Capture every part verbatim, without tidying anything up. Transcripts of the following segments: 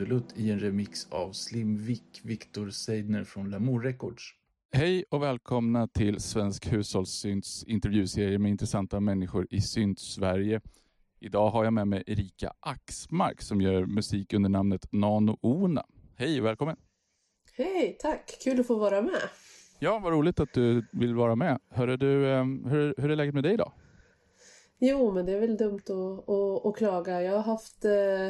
trudelutt i en remix av Slim Vic Victor Seidner från Lamour Records. Hej och välkomna till Svensk Hushållssynts intervjuserie med intressanta människor i Synt-Sverige. Idag har jag med mig Erika Axmark som gör musik under namnet Nano Ona. Hej, välkommen! Hej, tack! Kul att få vara med. Ja, vad roligt att du vill vara med. Hörru du, hur, hur är läget med dig då? Jo, men det är väl dumt att, att, att klaga. Jag har haft eh,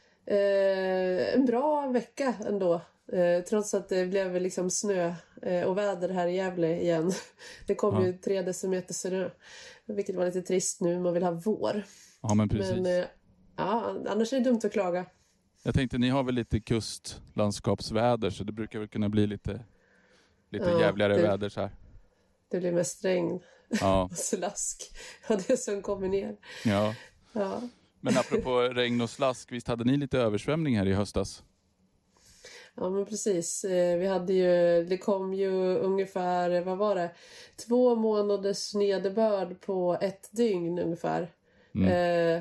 eh, en bra vecka ändå. Eh, trots att det blev liksom snö eh, och väder här i Gävle igen. Det kom ja. ju tre decimeter snö. Vilket var lite trist nu. Man vill ha vår. Ja, men precis. Men eh, ja, annars är det dumt att klaga. Jag tänkte, ni har väl lite kustlandskapsväder så det brukar väl kunna bli lite, lite ja, jävligare det, väder så här. Det blir mest regn ja. och slask. Och det som kommer ner. Ja. ja. Men apropå regn och slask, visst hade ni lite översvämning här i höstas? Ja, men precis. Vi hade ju, det kom ju ungefär, vad var det? Två månaders nederbörd på ett dygn ungefär. Mm. Eh,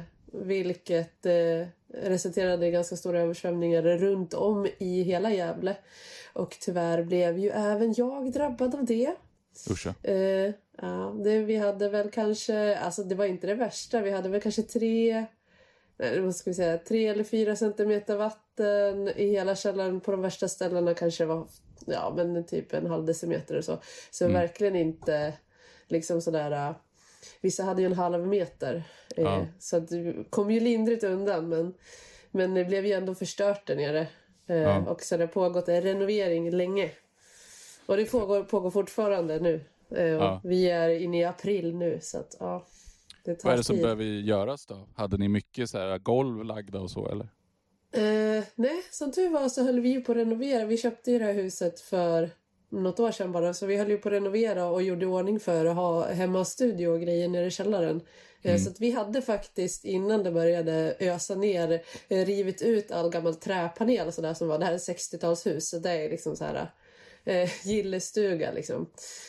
vilket eh, resulterade i ganska stora översvämningar runt om i hela Gävle. Och tyvärr blev ju även jag drabbad av det. Uscha. Eh, ja, det, vi hade väl kanske, alltså det var inte det värsta. Vi hade väl kanske tre... Nej, vad ska vi säga, tre eller fyra centimeter vatten i hela källaren. På de värsta ställena kanske var ja, men typ en halv decimeter och så. Så mm. verkligen inte liksom sådär. Vissa hade ju en halv meter. Ja. Eh, så att du kom ju lindrigt undan. Men, men det blev ju ändå förstört där nere. Eh, ja. Och så det har pågått en renovering länge. Och det pågår, pågår fortfarande nu. Eh, ja. Vi är inne i april nu så att ja. Vad är det som tid. behöver göras då? Hade ni mycket så här golv lagda och så eller? Eh, nej, som tur var så höll vi ju på att renovera. Vi köpte ju det här huset för något år sedan bara. Så vi höll ju på att renovera och gjorde ordning för att ha hemmastudio och grejer nere i källaren. Mm. Eh, så att vi hade faktiskt innan det började ösa ner eh, rivit ut all gammal träpanel och sådär som var. Det här är sextiotalshus så det är liksom så här eh, gillestuga liksom.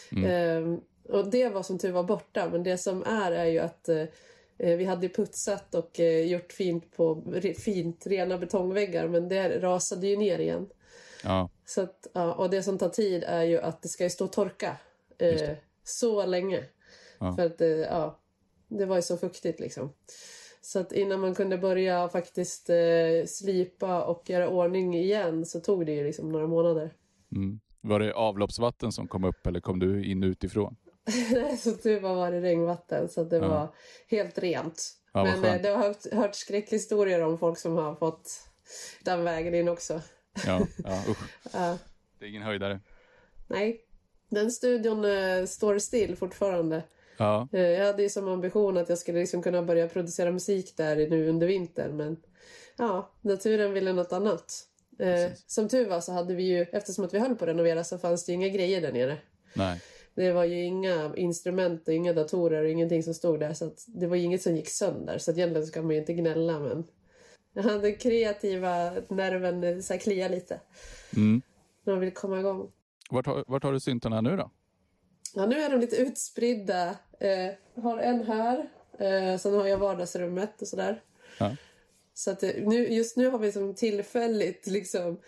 Mm. Eh, Och det var som tur var borta. Men det som är är ju att eh, vi hade putsat och eh, gjort fint på re, fint rena betongväggar. Men det rasade ju ner igen. Ja. Så att, ja, och det som tar tid är ju att det ska ju stå och torka eh, så länge. Ja. För att eh, ja, det var ju så fuktigt liksom. Så att innan man kunde börja faktiskt eh, slipa och göra ordning igen så tog det ju liksom några månader. Mm. Var det avloppsvatten som kom upp eller kom du in utifrån? Nej, så tur var, var det regnvatten så det ja. var helt rent. Ja, men eh, det har hört, hört skräckhistorier om folk som har fått den vägen in också. Ja, ja usch. ja. Det är ingen höjdare. Nej, den studion eh, står still fortfarande. Ja. Eh, jag hade ju som ambition att jag skulle liksom kunna börja producera musik där nu under vintern. Men ja, naturen ville något annat. Eh, som tur var så hade vi ju, eftersom att vi höll på att renovera så fanns det ju inga grejer där nere. Nej. Det var ju inga instrument och inga datorer och ingenting som stod där. Så att det var ju inget som gick sönder. Så att egentligen ska man ju inte gnälla. Men jag hade kreativa nerven så här klia lite. Mm. När man vill komma igång. Vart har, vart har du syntarna nu då? Ja, nu är de lite utspridda. Eh, jag har en här. Eh, sen har jag vardagsrummet och sådär. Ja. Så att nu, just nu har vi som tillfälligt liksom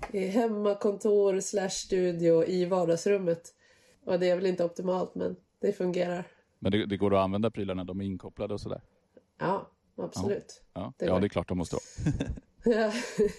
hemmakontor slash studio i vardagsrummet. Och det är väl inte optimalt, men det fungerar. Men det, det går att använda prylarna, de är inkopplade och sådär? Ja, absolut. Ja, ja. Det, ja det är klart de måste vara. ja.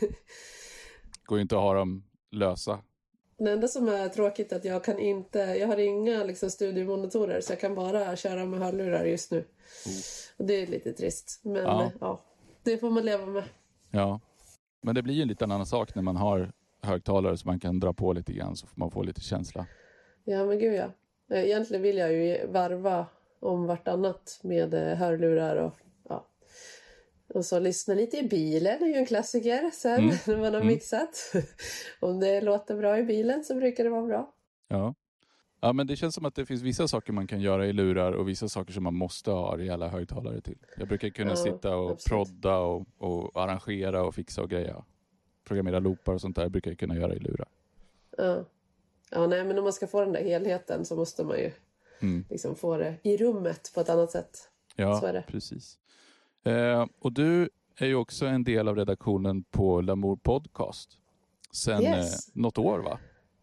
Går ju inte att ha dem lösa. Det enda som är tråkigt är att jag kan inte, jag har inga liksom studiomonitorer så jag kan bara köra med hörlurar just nu. Oh. Och det är lite trist, men ja. ja, det får man leva med. Ja, men det blir ju en liten annan sak när man har högtalare så man kan dra på lite grann så får man få lite känsla. Ja, men gud ja. Egentligen vill jag ju varva om vartannat med hörlurar och ja. Och så lyssna lite i bilen är ju en klassiker sen mm. när man har mm. mixat. Om det låter bra i bilen så brukar det vara bra. Ja. Ja, men det känns som att det finns vissa saker man kan göra i lurar och vissa saker som man måste ha rejäla högtalare till. Jag brukar kunna ja, sitta och absolut. prodda och, och arrangera och fixa och greja. Programmera loopar och sånt där brukar jag kunna göra i lurar. Ja. Ja, nej, men om man ska få den där helheten så måste man ju mm. liksom få det i rummet på ett annat sätt. Ja, så är det. Precis. Eh, och du är ju också en del av redaktionen på Lamour Podcast. Sen Yes. eh, något år, va?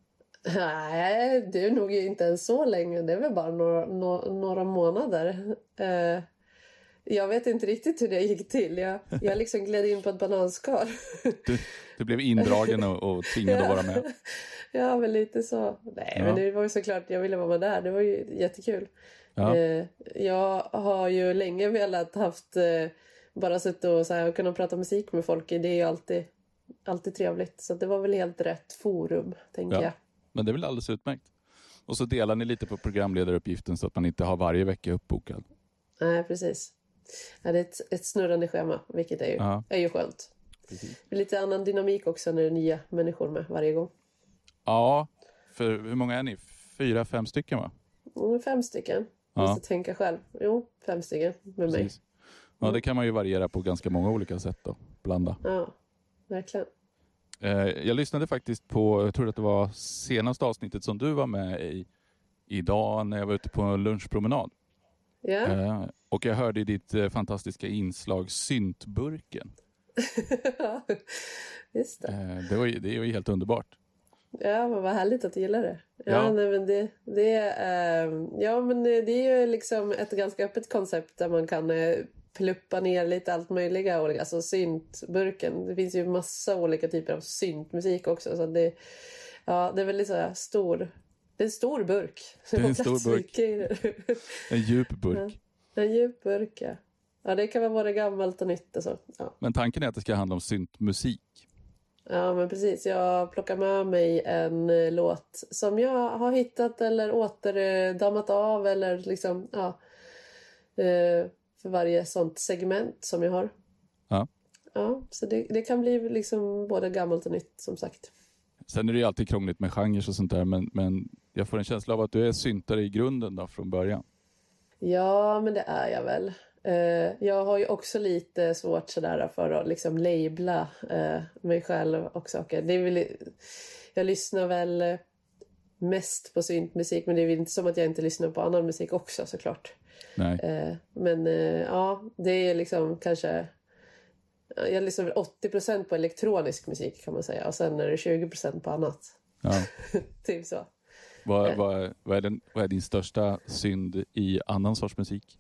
Nej, det är nog inte ens så länge. Det är väl bara några, no, några månader. Eh, jag vet inte riktigt hur det gick till. Jag, jag liksom gled in på ett bananskal. Du, du blev indragen och, och tvingad att vara med. Ja, men lite så. Nej, Ja. men det var ju såklart, jag ville vara där. Det var ju jättekul. Ja. Eh, jag har ju länge velat haft eh, bara suttit och så här, kunna prata musik med folk. Det är ju alltid, alltid trevligt. Så det var väl helt rätt forum, tänker Ja. jag. Men det är väl alldeles utmärkt. Och så delar ni lite på programledaruppgiften så att man inte har varje vecka uppbokad. Nej, precis. Ja, det är ett, ett snurrande schema, vilket är ju, Ja. är ju skönt. Precis. Det är lite annan dynamik också när det är nya människor med varje gång. Ja, för hur många är ni? Fyra, fem stycken, va? Mm, fem stycken. Ja. Måste tänka själv. Jo, fem stycken med mig. Precis. Ja, det kan man ju variera på ganska många olika sätt då. Blanda. Ja, verkligen. Eh, jag lyssnade faktiskt på, jag tror att det var senaste avsnittet som du var med i idag när jag var ute på en lunchpromenad. Ja, Eh, och jag hörde i ditt eh, fantastiska inslag Syntburken. just det. Eh, det, var ju, det är ju helt underbart. Ja, men vad härligt att du gillar det. Ja, Ja. nej, men det, det, är, ja, men det är ju liksom ett ganska öppet koncept där man kan eh, pluppa ner lite allt möjliga. olika- Alltså syntburken. Det finns ju massa olika typer av syntmusik också. Så det, ja, det är väldigt så här stor. Det är en stor burk. Det är en får plats stor burk. mycket i det. En djup burk. En djup burk, ja. Ja, det kan vara både gammalt och nytt och så. Ja. Men tanken är att det ska handla om syntmusik. Ja, men precis. Jag plockar med mig en eh, låt som jag har hittat eller återdammat av eller liksom, ja. Eh, för varje sånt segment som jag har. Ja. Ja, så det, det kan bli liksom både gammalt och nytt, som sagt. Sen är det ju alltid krångligt med genrer och sånt där. Men, men jag får en känsla av att du är syntare i grunden då från början. Ja, men det är jag väl. Eh, jag har ju också lite svårt sådär för att liksom labla eh, mig själv och saker. Det är väl, jag lyssnar väl mest på syntmusik, men det är väl inte som att jag inte lyssnar på annan musik också, såklart. Nej. Eh, men eh, ja, det är liksom kanske... Jag lyssnar väl åttio procent på elektronisk musik, kan man säga. Och sen är det tjugo procent på annat. Ja. Typ så. Vad, vad, vad, är den, vad är din största synd i annan sorts musik?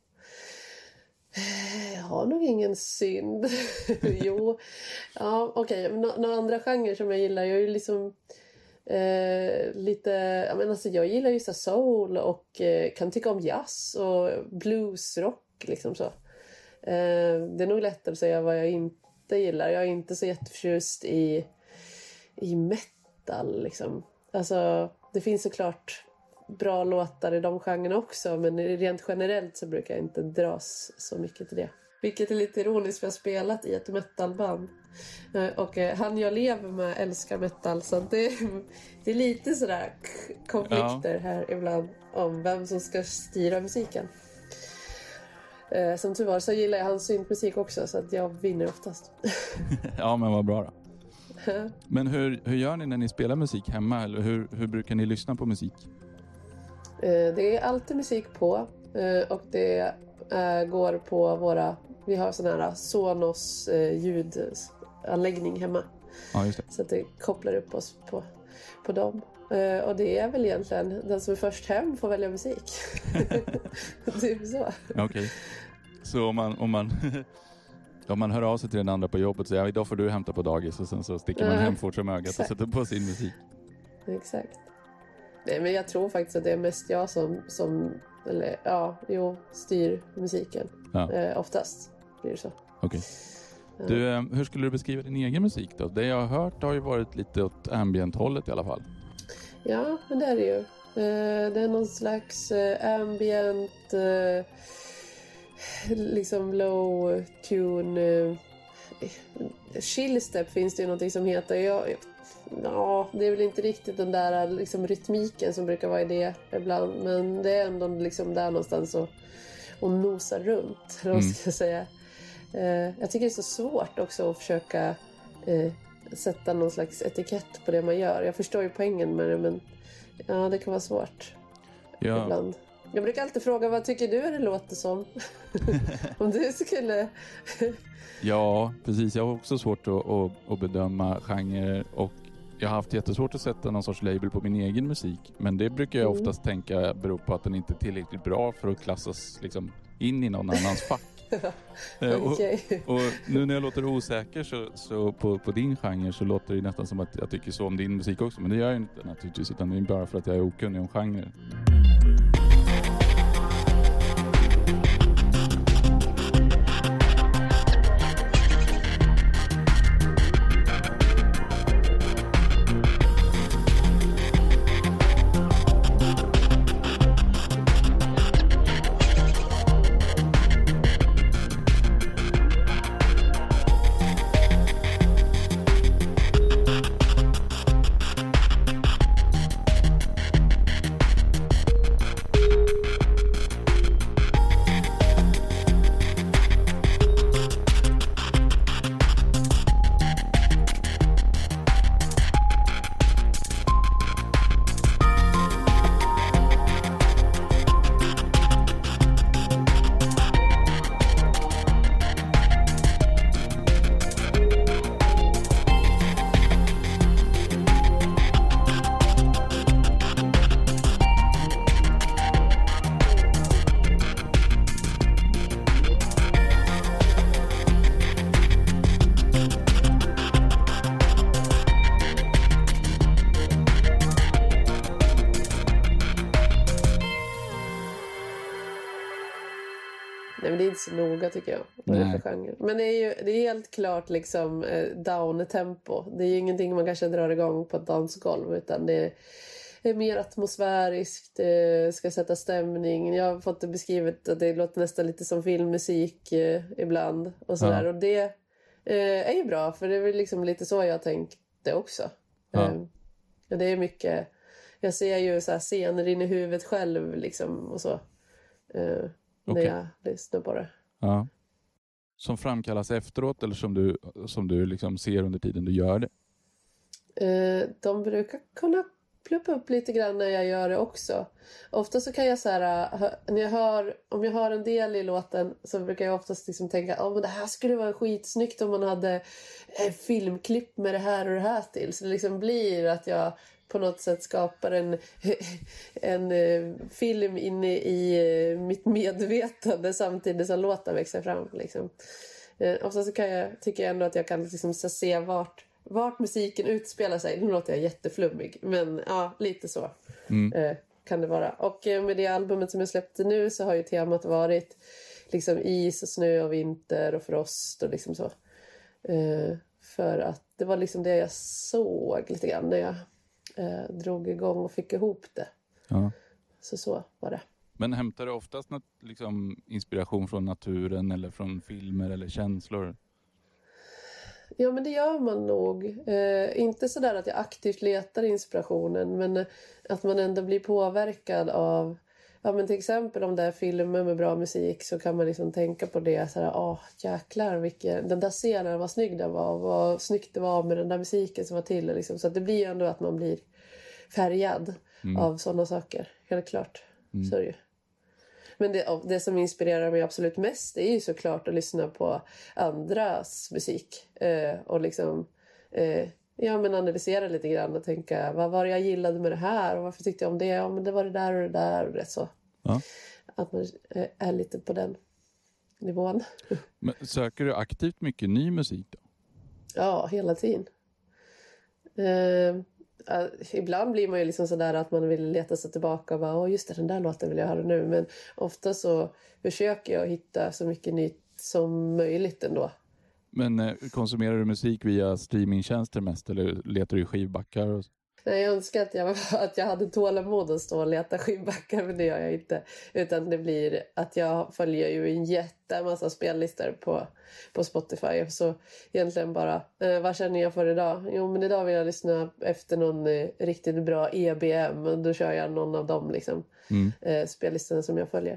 Jag har nog ingen synd. Jo. Ja, okej. Okay. Nå- några andra genrer som jag gillar. Jag är ju liksom... Eh, lite... Jag menar, alltså, jag gillar ju så soul och eh, kan tycka om jazz och bluesrock. Liksom så. Eh, det är nog lättare att säga vad jag inte gillar. Jag är inte så jätteförtjust i, i metal. Liksom. Alltså, det finns såklart bra låtar i de genrerna också, men rent generellt så brukar jag inte dras så mycket till det. Vilket är lite ironiskt, för jag har spelat i ett metalband. Och han jag lever med älskar metal, så det, det är lite sådär konflikter här ibland om vem som ska styra musiken. Som tur var så gillar jag hans syntmusik också, så att jag vinner oftast. Ja, men vad bra då. Men hur, hur gör ni när ni spelar musik hemma? Eller hur, hur brukar ni lyssna på musik? Det är alltid musik på. Och det går på våra... Vi har sån här Sonos ljudanläggning hemma. Ja, just det. Så att det kopplar upp oss på, på dem. Och det är väl egentligen den som är först hem får välja musik. Typ så. Okej. Okay. Så om man... Om man Om man hör av sig till den andra på jobbet och säger, ja, idag får du hämta på dagis, och sen så sticker man ja, hem fort som ögat exakt. och sätter på sin musik. Exakt. Nej, men jag tror faktiskt att det är mest jag som, som eller ja, jo, styr musiken. Ja. Eh, oftast blir det så. Okej. Okay. Du, eh, hur skulle du beskriva din egen musik då? Det jag har hört har ju varit lite åt ambient-hållet i alla fall. Ja, men det är det ju. Eh, det är någon slags eh, ambient... Eh, liksom low tune eh, chillstep finns det ju någonting som heter. Jag, ja, det är väl inte riktigt den där liksom rytmiken som brukar vara i det ibland, men det är ändå liksom där någonstans och, och nosa runt, eller vad ska jag säga. Eh, jag tycker det är så svårt också att försöka eh, sätta någon slags etikett på det man gör. Jag förstår ju poängen med det, men ja, det kan vara svårt Ja. ibland. Jag brukar alltid fråga, vad tycker du det låter som? Om du skulle... Ja, precis. Jag har också svårt att, att, att bedöma genre och jag har haft jättesvårt att sätta någon sorts label på min egen musik. Men det brukar jag Mm. oftast tänka beror på att den inte är tillräckligt bra för att klassas liksom in i någon annans fack. Eh, och, Okej. och nu när jag låter osäker så, så på, på din genre så låter det nästan som att jag tycker så om din musik också. Men det gör jag inte naturligtvis, utan det är bara för att jag är okunnig om genre. Nej, men det är inte så noga tycker jag. Vad det är Nej. för genre. Men det är ju det är helt klart liksom eh, down-tempo. Det är ju ingenting man kanske drar igång på ett dansgolv, utan det är, är mer atmosfäriskt, det ska sätta stämning. Jag har fått det beskrivet att det låter nästan lite som filmmusik eh, ibland och sådär. Ja. Och det eh, är ju bra, för det är väl liksom lite så jag tänkte också. Ja. Eh, och det är mycket, jag ser ju så här scener in i huvudet själv liksom och så. Eh, Okej. när jag lyssnar på det. Ja. Som framkallas efteråt eller som du, som du liksom ser under tiden du gör det? Eh, de brukar kunna pluppa upp lite grann när jag gör det också. Ofta så kan jag så här, hö- när jag hör, om jag har en del i låten så brukar jag oftast liksom tänka, ja men det här skulle vara skitsnyggt om man hade en filmklipp med det här och det här till. Så det liksom blir att jag på något sätt skapar en, en eh, film inne i eh, mitt medvetande samtidigt som låten växer fram. Liksom. Eh, ofta så kan jag, tycker jag ändå att jag kan liksom så se vart, vart musiken utspelar sig. Nu låter jag jätteflummig, men ja, lite så Mm. eh, kan det vara. Och eh, med det albumet som jag släppte nu så har ju temat varit liksom is och snö och vinter och frost och liksom så. Eh, för att det var liksom det jag såg lite grann när jag eh, drog igång och fick ihop det. Ja. Så så var det. Men hämtar du oftast något, liksom, inspiration från naturen eller från filmer eller känslor? Ja, men det gör man nog. Eh, inte så där att jag aktivt letar inspirationen, men att man ändå blir påverkad av, ja men till exempel om det är filmer med bra musik så kan man liksom tänka på det så här, åh jäklar vilken, den där scenen var snygg den var, vad snyggt det var med den där musiken som var till liksom. Så att det blir ju ändå att man blir färgad Mm. av sådana saker, helt klart. Mm. Så är det ju. Men det, det som inspirerar mig absolut mest är ju såklart att lyssna på andras musik. Eh, och liksom eh, ja, men analysera lite grann och tänka, vad var det jag gillade med det här? Och varför tyckte jag om det? Ja, men det var det där och det där och det så. Ja. Att man eh, är lite på den nivån. Men söker du aktivt mycket ny musik då? Ja, hela tiden. Eh, Uh, ibland blir man ju liksom sådär att man vill leta sig tillbaka och bara, åh just det, den där låten vill jag höra nu. Men ofta så försöker jag hitta så mycket nytt som möjligt ändå. Men eh, konsumerar du musik via streamingtjänster mest eller letar du i skivbackar? Och... Nej, jag önskar att jag, att jag hade tålamod att stå och leta skivbackar, men det gör jag inte. Utan det blir att jag följer ju en jättemassa spellistor på, på Spotify. Så egentligen bara, eh, vad känner jag för idag? Jo, men idag vill jag lyssna efter någon eh, riktigt bra E B M. Och då kör jag någon av dem liksom, Mm. eh, spellistorna som jag följer.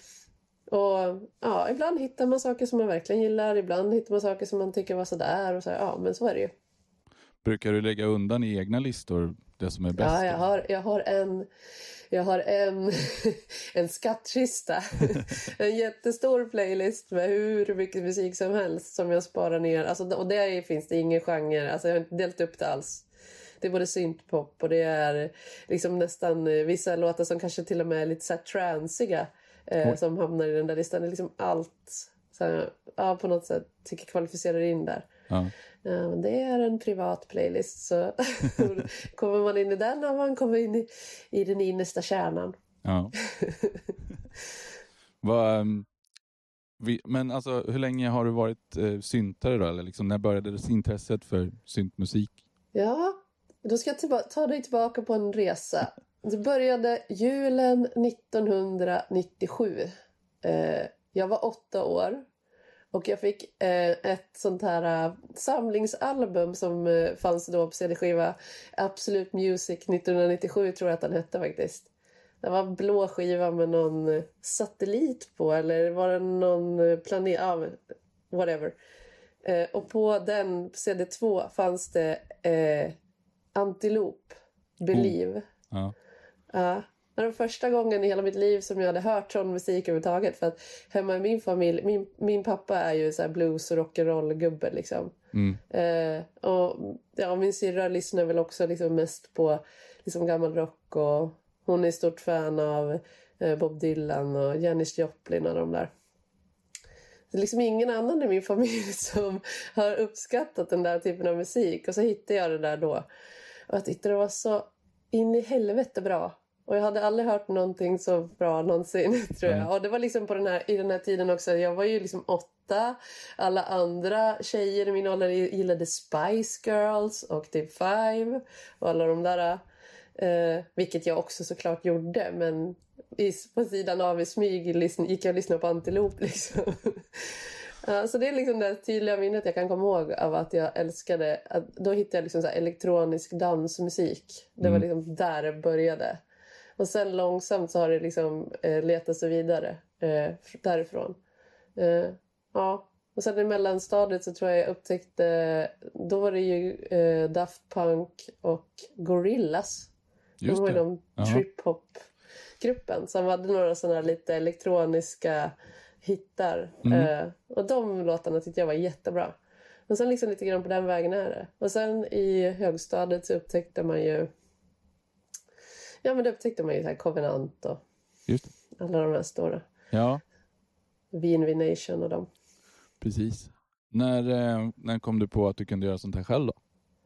Och ja, ibland hittar man saker som man verkligen gillar. Ibland hittar man saker som man tycker var sådär. Och så, ja, men så är det ju. Brukar du lägga undan i egna listor det som är bäst. Ja, jag har, jag har en, jag har en, en skattkista. En jättestor playlist med hur mycket musik som helst som jag sparar ner. Alltså, och där finns det ingen genre. Alltså, jag har inte delat upp det alls. Det är både syntpop och det är liksom nästan vissa låtar som kanske till och med är lite så här transiga eh, som hamnar i den där listan. Det är liksom allt så här, ja, på något sätt tycker kvalificerar in där. Ja. Ja, men det är en privat playlist så kommer man in i den och man kommer in i, i den innersta kärnan. Ja. Va, um, vi, men alltså hur länge har du varit eh, syntare då? Eller liksom, när började det intresset för syntmusik? Ja, då ska jag tillba- ta dig tillbaka på en resa. Det började julen nittonhundranittiosju. Eh, jag var åtta år. Och jag fick eh, ett sånt här uh, samlingsalbum som uh, fanns då på C D-skiva. Absolute Music nittonhundranittiosju tror jag att den hette faktiskt. Det var en blå skiva med någon uh, satellit på. Eller var det någon uh, planet? Ja, uh, whatever. Uh, och på den C D två fanns det uh, Antilope, Believe. Oh. Ja. Ja. Det var första gången i hela mitt liv som jag hade hört sån musik överhuvudtaget. För att hemma i min familj, min, min pappa är ju så här blues- och rock'n'roll-gubbe liksom. Mm. Eh, och ja, min syrra lyssnar väl också liksom mest på liksom gammal rock. Och hon är stort fan av eh, Bob Dylan och Janis Joplin och de där. Det är liksom ingen annan i min familj som har uppskattat den där typen av musik. Och så hittade jag det där då. Och jag tyckte det var så in i helvete bra. Och jag hade aldrig hört någonting så bra någonsin, tror jag. Mm. Och det var liksom på den här, i den här tiden också. Jag var ju liksom åtta. Alla andra tjejer i min ålder gillade Spice Girls och Typ Five. Och alla de där. Eh, vilket jag också såklart gjorde. Men i, på sidan av i smyg gick jag och lyssnade på Antilope liksom. Uh, så det är liksom det tydliga minnet jag kan komma ihåg av att jag älskade. Att då hittade jag liksom så här elektronisk dansmusik. Det var liksom där det började. Och sen långsamt så har det liksom eh, letat sig vidare eh, därifrån. Eh, ja. Och sen i mellanstadiet så tror jag jag upptäckte, då var det ju eh, Daft Punk och Gorillaz. Just de var ju det. de trip-hop-gruppen som hade några sådana lite elektroniska hittar. Mm. Eh, och de låtarna tyckte jag var jättebra. Och sen liksom lite grann på den vägen är det. Och sen i högstadiet så upptäckte man ju Ja, men då upptäckte man ju så här Covenant och Just det. alla de här stora. Ja. V N V Nation och dem. Precis. När, eh, när kom du på att du kunde göra sånt här själv då?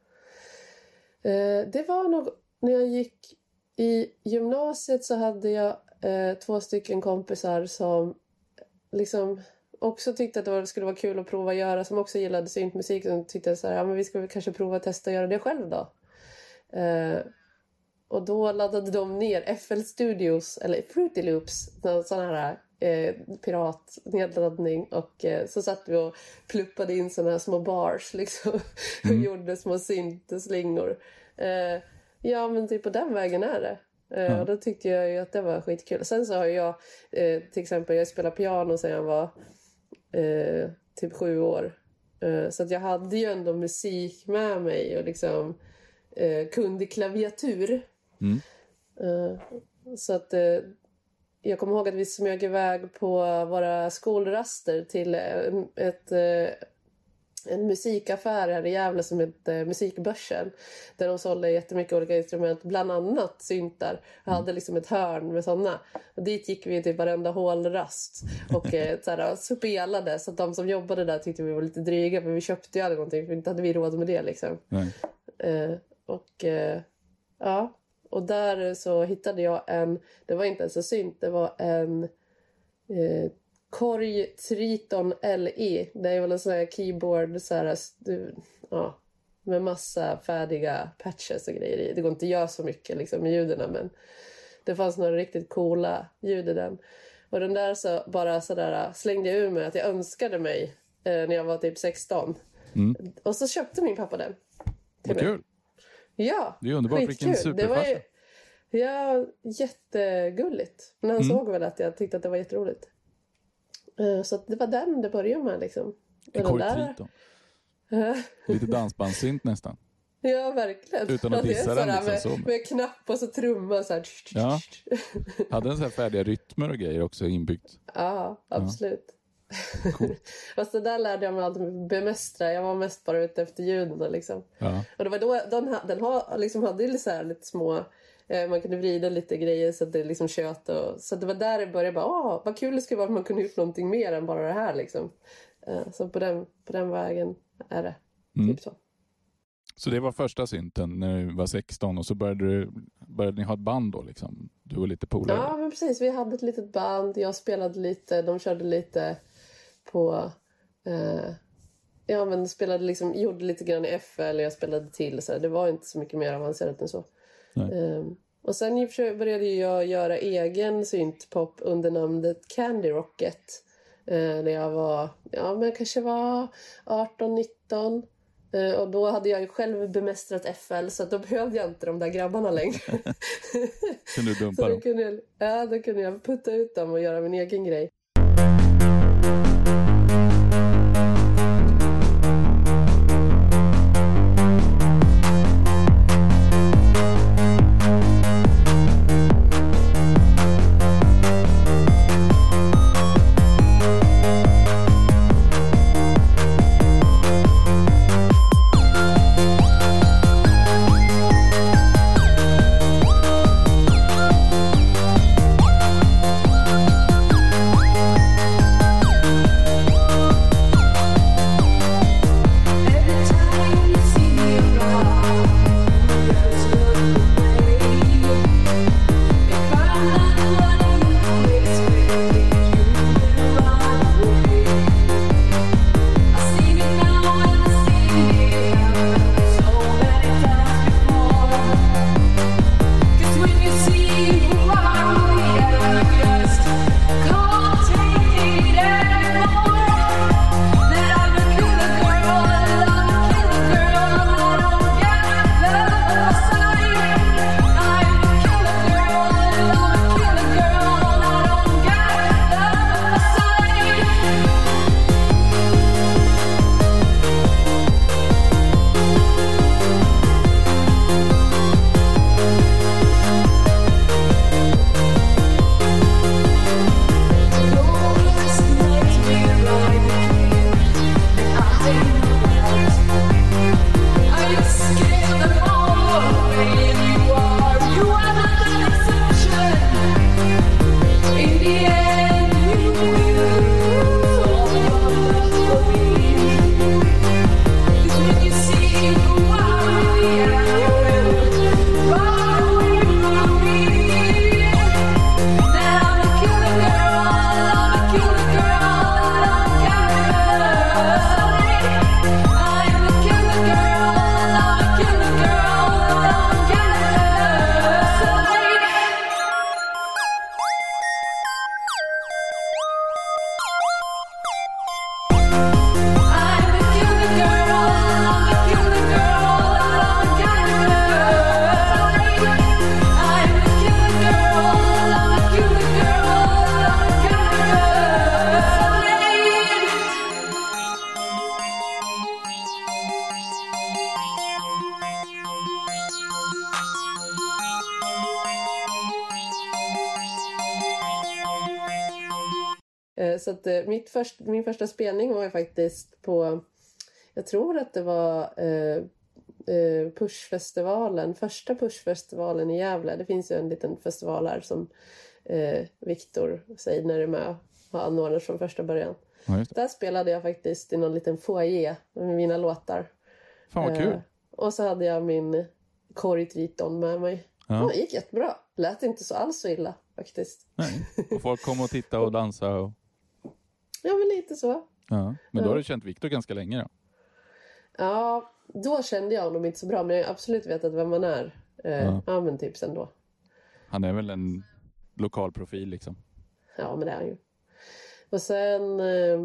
Eh, det var nog när jag gick i gymnasiet så hade jag eh, två stycken kompisar som liksom också tyckte att det skulle vara kul att prova att göra. Som också gillade syntmusik. Som tyckte så här, ja men vi ska väl kanske prova att testa att göra det själv då. Eh, Och då laddade de ner F L Studios, eller Fruity Loops, sån här eh, piratnedladdning. Och eh, så satt vi och pluppade in såna här små bars liksom. Och Mm. gjorde små syntslingor. Eh, ja, men typ på den vägen är det. Eh, Mm. Och då tyckte jag ju att det var skitkul. Sen så har jag, eh, till exempel, jag spelar piano sedan jag var eh, typ sju år. Eh, så att jag hade ju ändå musik med mig och liksom eh, kunde klaviatur. Mm. Uh, så att uh, jag kommer ihåg att vi smög iväg på våra skolraster till uh, ett, uh, en musikaffär här i Gävle som heter uh, Musikbörsen. Där de sålde jättemycket olika instrument, bland annat syntar. Jag hade liksom ett hörn med sådana. Och dit gick vi till varenda hålrast och uh, såhär, spelade. Så att de som jobbade där tyckte vi var lite dryga, för vi köpte ju aldrig någonting, för inte hade vi råd med det liksom. Uh, och uh, ja. Och där så hittade jag en, det var inte ens en synt, det var en eh, Korg Triton L E. Det är väl en sån här keyboard så här, ja, med massa färdiga patches och grejer i. Det går inte att göra så mycket liksom med ljuden, men det fanns några riktigt coola ljud i den. Och den där så bara så där slängde jag ur mig att jag önskade mig eh, när jag var typ sexton. Mm. Och så köpte min pappa den. Vad kul. Ja, det är underbart, vilken superfarsa. Ju, ja, jättegulligt. Men han mm. såg väl att jag tyckte att det var jätteroligt. Uh, så att det var den det började med liksom. En korgtriton. Uh. Lite dansbandssynt nästan. Ja, verkligen. Utan att dissa den liksom med, så. Med knapp och så trumma så här. Ja. Hade en så här färdiga rytmer och grejer också inbyggt. Ja, absolut. Ja. Cool. Fast det där lärde jag mig alltid bemästra. Jag var mest bara ute efter ljuden liksom. Ja. Och det var då den, den har, liksom hade ju så här lite små... Eh, man kunde vrida lite grejer så att det liksom kött. Och, så det var där det började bara, åh, vad kul det skulle vara om man kunde gjort någonting mer än bara det här liksom. Eh, så på den, på den vägen är det. Mm. Typ så. Så det var första synten när du var sexton och så började, du, började ni ha ett band då liksom? Du och lite polare. Ja, men precis. Vi hade ett litet band. Jag spelade lite. De körde lite på... Eh, ja, men spelade liksom... Gjorde lite grann i F L. Jag spelade till. Så det var inte så mycket mer avancerat än så. Eh, och sen började jag göra egen syntpop under namnet Candy Rocket. Eh, när jag var... Ja, men kanske var arton nitton. Uh, och då hade jag ju själv bemästrat F L så att då behövde jag inte de där grabbarna längre. Kunde du dumpa så dem? Då kunde jag, ja, då kunde jag putta ut dem och göra min egen grej. Så att mitt först, min första spelning var ju faktiskt på, jag tror att det var eh, eh, Pushfestivalen, första Pushfestivalen i Gävle. Det finns ju en liten festival här som eh, Viktor Seidner är med och har anordnat från första början. Ja, där spelade jag faktiskt i någon liten foyer med mina låtar. Fan vad kul. Eh, och så hade jag min Corey Triton med mig. Ja. Det gick jättebra. Lät inte så alls så illa faktiskt. Nej. Och folk kom och titta och dansa och... Ja, men lite så. Ja. Men då har du känt Viktor ganska länge då? Ja, då kände jag honom inte så bra. Men jag har absolut vetat vem man är. Eh, ja. ja, men typ sen då. Han är väl en lokal profil liksom. Ja, men det är han ju. Och sen eh,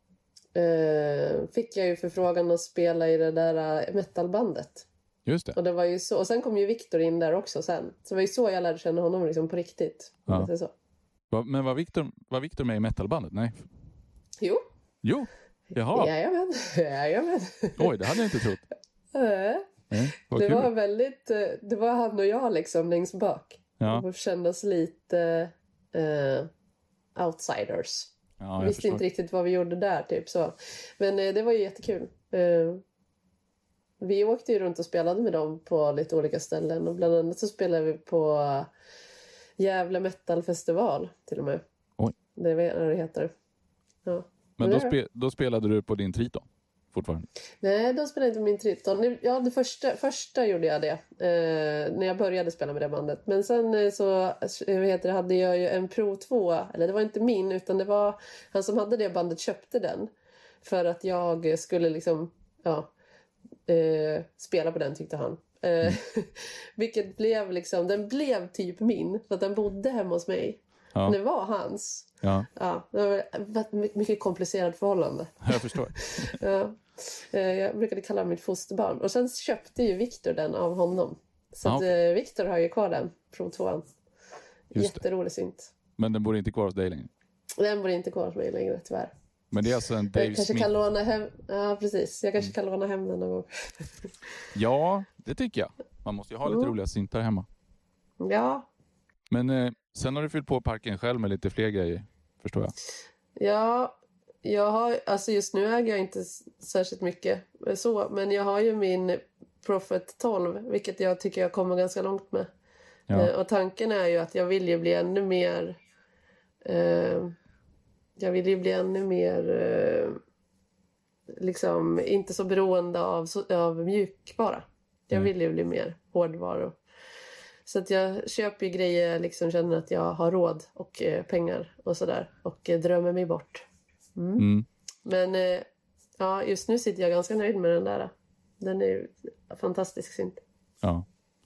eh, fick jag ju förfrågan att spela i det där metalbandet. Just det. Och det var ju så. Och sen kom ju Viktor in där också sen. Så det var ju så jag lärde känna honom liksom på riktigt. Ja. Så. Men var Viktor, var Viktor med i metalbandet? Nej. Jo. Jo. Jaha. Jajamän. Jajamän. Oj, det hade jag inte trott. Äh. Nej, vad det kul. var väldigt, det var han och jag liksom längst bak. Ja. Och kändes lite uh, outsiders. Ja, Vi visste förstår. inte riktigt vad vi gjorde där typ så. Men uh, det var ju jättekul. Uh, vi åkte ju runt och spelade med dem på lite olika ställen. Och bland annat så spelade vi på uh, Gävle Metal Festival till och med. Oj. Det är vad det heter. Ja. Men då, det... spe, då spelade du på din Triton fortfarande? Nej, då spelade jag inte min Triton. Ja, det första, första gjorde jag det. Eh, när jag började spela med det bandet. Men sen eh, så vad heter det, hade jag ju en Pro två. Eller det var inte min, utan det var han som hade det bandet köpte den. För att jag skulle liksom, ja, eh, spela på den tyckte han. Eh, mm. Vilket blev liksom, den blev typ min. För att den bodde hemma hos mig. Ja. Det var hans. Ja. Ja, det var ett mycket komplicerat förhållande. Jag förstår. Ja. Jag brukade kalla mitt fosterbarn. Och sen köpte ju Victor den av honom. Så att ja. Victor har ju kvar den Pro tvåan. Jätterolig synt. Men den bor inte kvar hos dig längre? Den bor inte kvar hos mig längre, tyvärr. Men det är alltså en Dave jag kanske Smith. Kan låna hem... Ja, precis. Jag kanske kan låna hem den någon gång. Ja, det tycker jag. Man måste ju ha lite mm. roliga syntar hemma. Ja. Men eh, sen har du fyllt på parken själv med lite fler grejer, förstår jag. Ja, jag har, alltså just nu äger jag inte särskilt mycket så, men jag har ju min Prophet tolv, vilket jag tycker jag kommer ganska långt med. Ja. Eh, och tanken är ju att jag vill ju bli ännu mer eh, jag vill ju bli ännu mer eh, liksom inte så beroende av, av mjukvara. Jag vill ju bli mer hårdvara. Så att jag köper ju grejer, liksom känner att jag har råd och eh, pengar och sådär. Och eh, drömmer mig bort. Mm. Mm. Men eh, ja, just nu sitter jag ganska nöjd med den där. Den är ju fantastisk synt. Ja.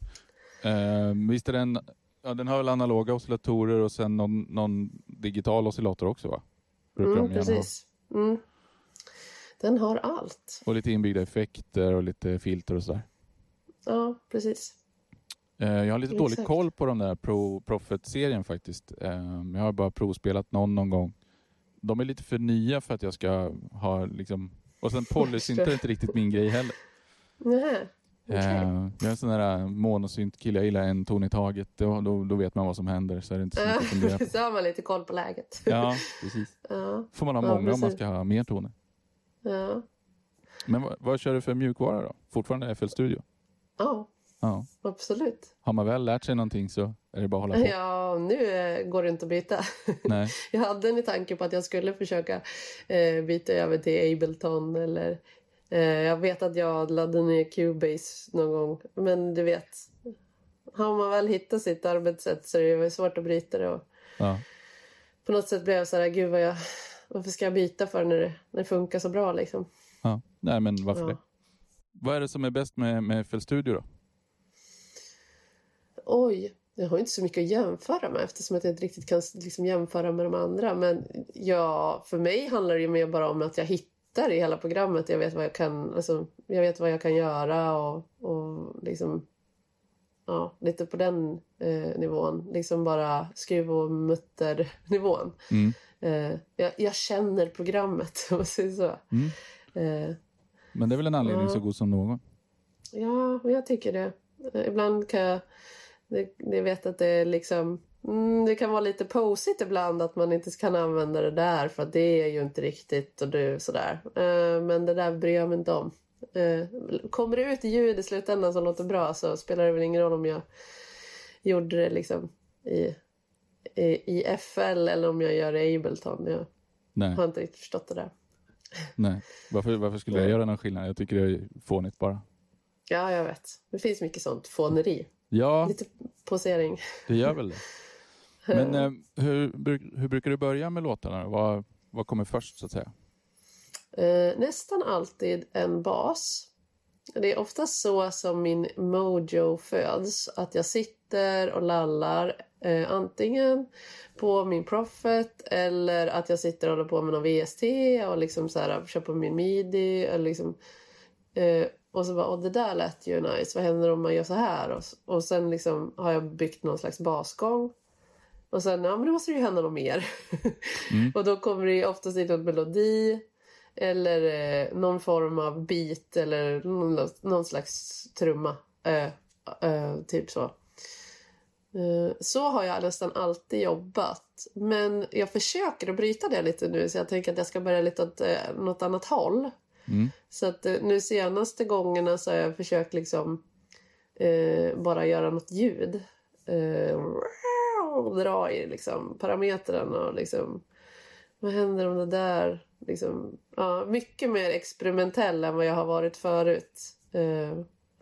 Eh, visst är den, ja, den har väl analoga oscillatorer och sen någon, någon digital oscillator också, va? Brukar mm, de gärna precis. Mm. Den har allt. Och lite inbyggda effekter och lite filter och sådär. Ja, precis. Jag har lite Exakt. dålig koll på de där Pro Prophet-serien faktiskt. Jag har bara provspelat någon någon gång. De är lite för nya för att jag ska ha liksom... Och sen polysyntar är inte riktigt min grej heller. Nej, okay. Jag är en sån där monosynt-kille. Jag gillar en ton i taget. Då, då, då vet man vad som händer. Så är det inte så mycket att fundera på. Så har man lite koll på läget. Ja, precis. Ja. Får man ha ja, många precis. om man ska ha mer toner. Ja. Men vad, vad kör du för mjukvara då? Fortfarande F L Studio? Ja. Ja, absolut. Har man väl lärt sig någonting så är det bara att hålla på. Ja, nu eh, går det inte att byta. Nej. Jag hade en tanke på att jag skulle försöka eh, byta över till Ableton. Eller, eh, jag vet att jag laddade ner Cubase någon gång. Men du vet, har man väl hittat sitt arbetssätt så är det svårt att bryta det. Och ja. På något sätt blev jag så här, gud vad jag, varför ska jag byta för när det, när det funkar så bra liksom. Ja, nej men varför ja. det? Vad är det som är bäst med, med F L Studio då? Oj, jag har inte så mycket att jämföra med eftersom att jag inte riktigt kan liksom jämföra med de andra. Men ja, för mig handlar det ju mer bara om att jag hittar i hela programmet. Jag vet vad jag kan, alltså, jag vet vad jag kan göra och, och liksom, ja, lite på den eh, nivån. Liksom bara skruv och mutter nivån. Mm. Eh, jag, jag känner programmet, om man säger så. Mm. Eh, men det är väl en anledning ja. så god som någon? Ja, jag tycker det. Ibland kan jag det, det vet att det är liksom mm, det kan vara lite posigt ibland att man inte kan använda det där för att det är ju inte riktigt och det sådär. Uh, men det där bryr jag mig inte om. Uh, kommer det ut ljud i slutändan som låter bra så spelar det väl ingen roll om jag gjorde det liksom i, i, i F L eller om jag gör det i Ableton. Jag Nej. har inte riktigt förstått det där. Nej, varför, varför skulle jag göra någon skillnad? Jag tycker det är fånigt bara. Ja, jag vet. Det finns mycket sånt fåneri. Ja, lite posering. Det gör väl det. Men eh, hur, hur brukar du börja med låtarna? Vad, vad kommer först så att säga? Eh, nästan alltid en bas. Det är ofta så som min mojo föds. Att jag sitter och lallar eh, antingen på min Prophet eller att jag sitter och håller på med någon V S T och liksom så här, kör på min midi eller liksom... Eh, och så bara, och det där lät ju nice. Vad händer om man gör så här? Och, och sen liksom har jag byggt någon slags basgång. Och sen, ja men det måste ju hända något mer. Mm. Och då kommer det oftast in en melodi. Eller eh, någon form av beat eller någon, någon slags trumma. Eh, eh, typ så. Eh, så har jag nästan alltid jobbat. Men jag försöker att bryta det lite nu. Så jag tänker att jag ska börja lite åt eh, något annat håll. Mm. Så att eh, nu senaste gångerna så har jag försökt liksom eh, bara göra något ljud. Eh, dra i liksom parametrarna och liksom vad händer om det där liksom, ja, mycket mer experimentell än vad jag har varit förut. Eh,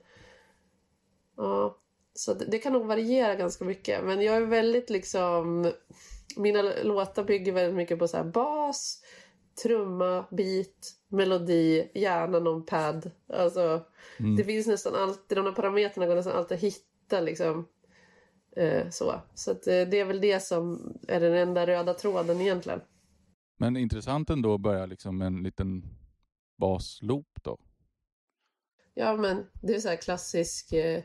ja, så det, det kan nog variera ganska mycket, men jag är väldigt liksom, mina låtar bygger väldigt mycket på så här bas, trumma, beat, melodi, gärna någon pad. Alltså mm. det finns nästan alltid, de här parametrarna går nästan alltid att hitta liksom. Eh, så så att, eh, det är väl det som är den enda röda tråden egentligen. Men intressant ändå att börja liksom med en liten basloop då. Ja, men det är så här klassisk eh,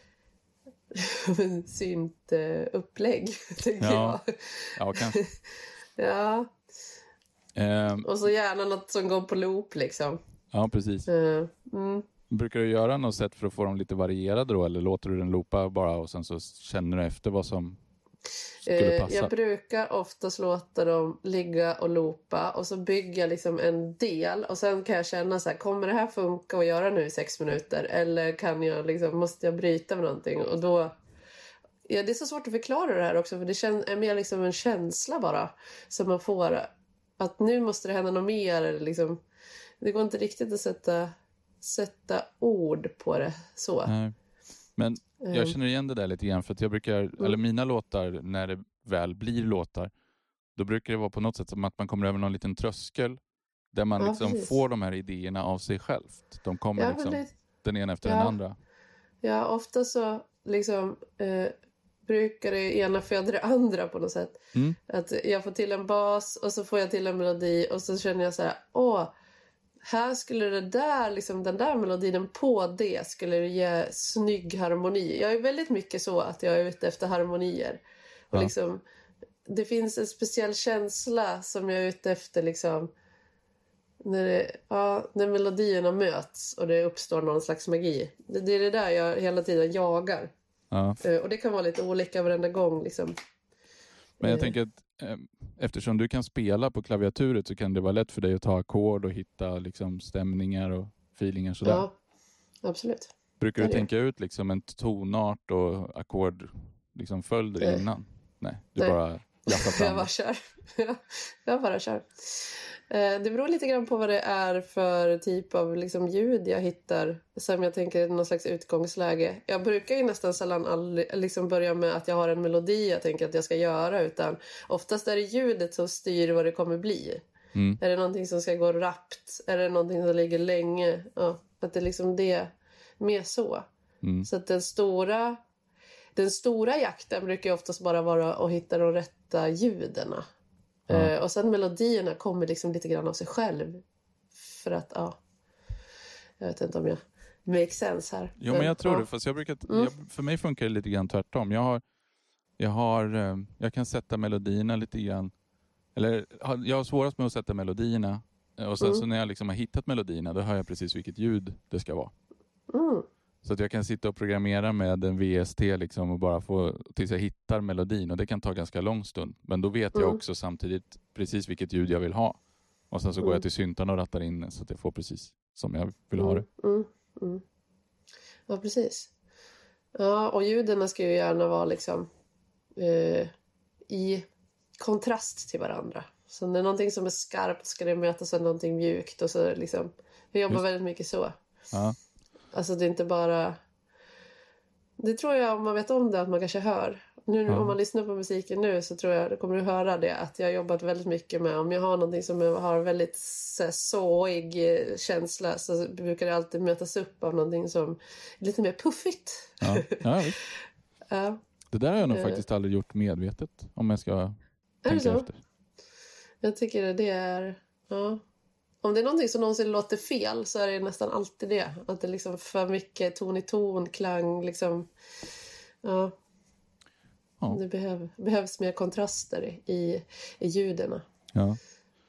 synt eh, upplägg, tänker ja. jag. Ja, kanske. ja. Um, Och så gärna något som går på loop liksom. Ja, precis. Uh, mm. Brukar du göra något sätt för att få dem lite varierade då? Eller låter du den loopa bara och sen så känner du efter vad som skulle passa? Jag brukar oftast låta dem ligga och loopa och så bygga liksom en del och sen kan jag känna så här, kommer det här funka att göra nu i sex minuter eller kan jag liksom, måste jag bryta med någonting? Och då, ja, det är så svårt att förklara det här också, för det är mer liksom en känsla bara som man får, att nu måste det hända något mer eller liksom, det går inte riktigt att sätta sätta ord på det så. Nej. Men jag känner igen det där lite grann, för att jag brukar, mm. eller mina låtar, när det väl blir låtar, då brukar det vara på något sätt som att man kommer över någon liten tröskel där man ja, liksom får de här idéerna av sig självt. De kommer ja, liksom det... den ena efter ja. den andra. Ja, ofta så liksom eh, brukar det ena föda det andra på något sätt. Mm. Att jag får till en bas och så får jag till en melodi och så känner jag så här, åh, här skulle det där, liksom den där melodin på det skulle det ge snygg harmoni. Jag är väldigt mycket så att jag är ute efter harmonier. Och ja. liksom, det finns en speciell känsla som jag är ute efter liksom, när, det, ja, när melodierna möts och det uppstår någon slags magi. Det, det är det där jag hela tiden jagar. Ja. Och det kan vara lite olika varenda gång liksom. Men jag tänker att eftersom du kan spela på klaviaturet så kan det vara lätt för dig att ta ackord och hitta liksom stämningar och feelingar sådär. Ja, absolut. Brukar du tänka ut liksom en tonart och ackord liksom följder Nej. innan? Nej, du Nej. bara jassar fram. Jag bara kör. jag bara kör. Det beror lite grann på vad det är för typ av liksom ljud jag hittar som jag tänker någon slags utgångsläge. Jag brukar ju nästan sällan all, liksom börja med att jag har en melodi jag tänker att jag ska göra, utan oftast är det ljudet som styr vad det kommer bli. Mm. Är det någonting som ska gå rappt? Är det någonting som ligger länge? Ja, att det är liksom det mer så. Mm. Så att den stora den stora jakten brukar ju oftast bara vara att hitta de rätta ljuden. Ja. Uh, och sen melodierna kommer liksom lite grann av sig själv. För att, ja. Jag vet inte om jag make sense här. Jo, men jag tror ja. det. Fast jag brukar, mm. jag, för mig funkar det lite grann tvärtom. Jag har, jag har, jag kan sätta melodierna lite grann. Eller jag har svårast med att sätta melodierna. Och sen mm. så när jag liksom har hittat melodierna, då hör jag precis vilket ljud det ska vara. Mm. Så att jag kan sitta och programmera med en V S T liksom och bara få tills jag hittar melodin. Och det kan ta ganska lång stund. Men då vet mm. jag också samtidigt precis vilket ljud jag vill ha. Och sen så mm. går jag till syntarna och rattar in så att jag får precis som jag vill ha det. Mm. Mm. Ja, precis. Ja, och ljuden ska ju gärna vara liksom eh, i kontrast till varandra. Så när någonting som är skarpt ska det mötas av någonting mjukt. Och så liksom, jag jobbar Just. väldigt mycket så. Ja. Alltså det är inte bara... Det tror jag, om man vet om det, att man kanske hör. Nu ja. om man lyssnar på musiken nu så tror jag, då kommer du höra det. Att jag har jobbat väldigt mycket med, om jag har någonting som har väldigt så, såig känsla, så brukar det alltid mötas upp av någonting som är lite mer puffigt. Ja, ja, ja. Det där har jag nog uh. faktiskt aldrig gjort medvetet, om jag ska är tänka efter. Jag tycker det är... Ja. Om det är någonting som någonsin låter fel så är det nästan alltid det. Att det är liksom för mycket ton i ton, klang, liksom. Ja. ja. Det behöv, behövs mer kontraster i, i ljuden. Ja.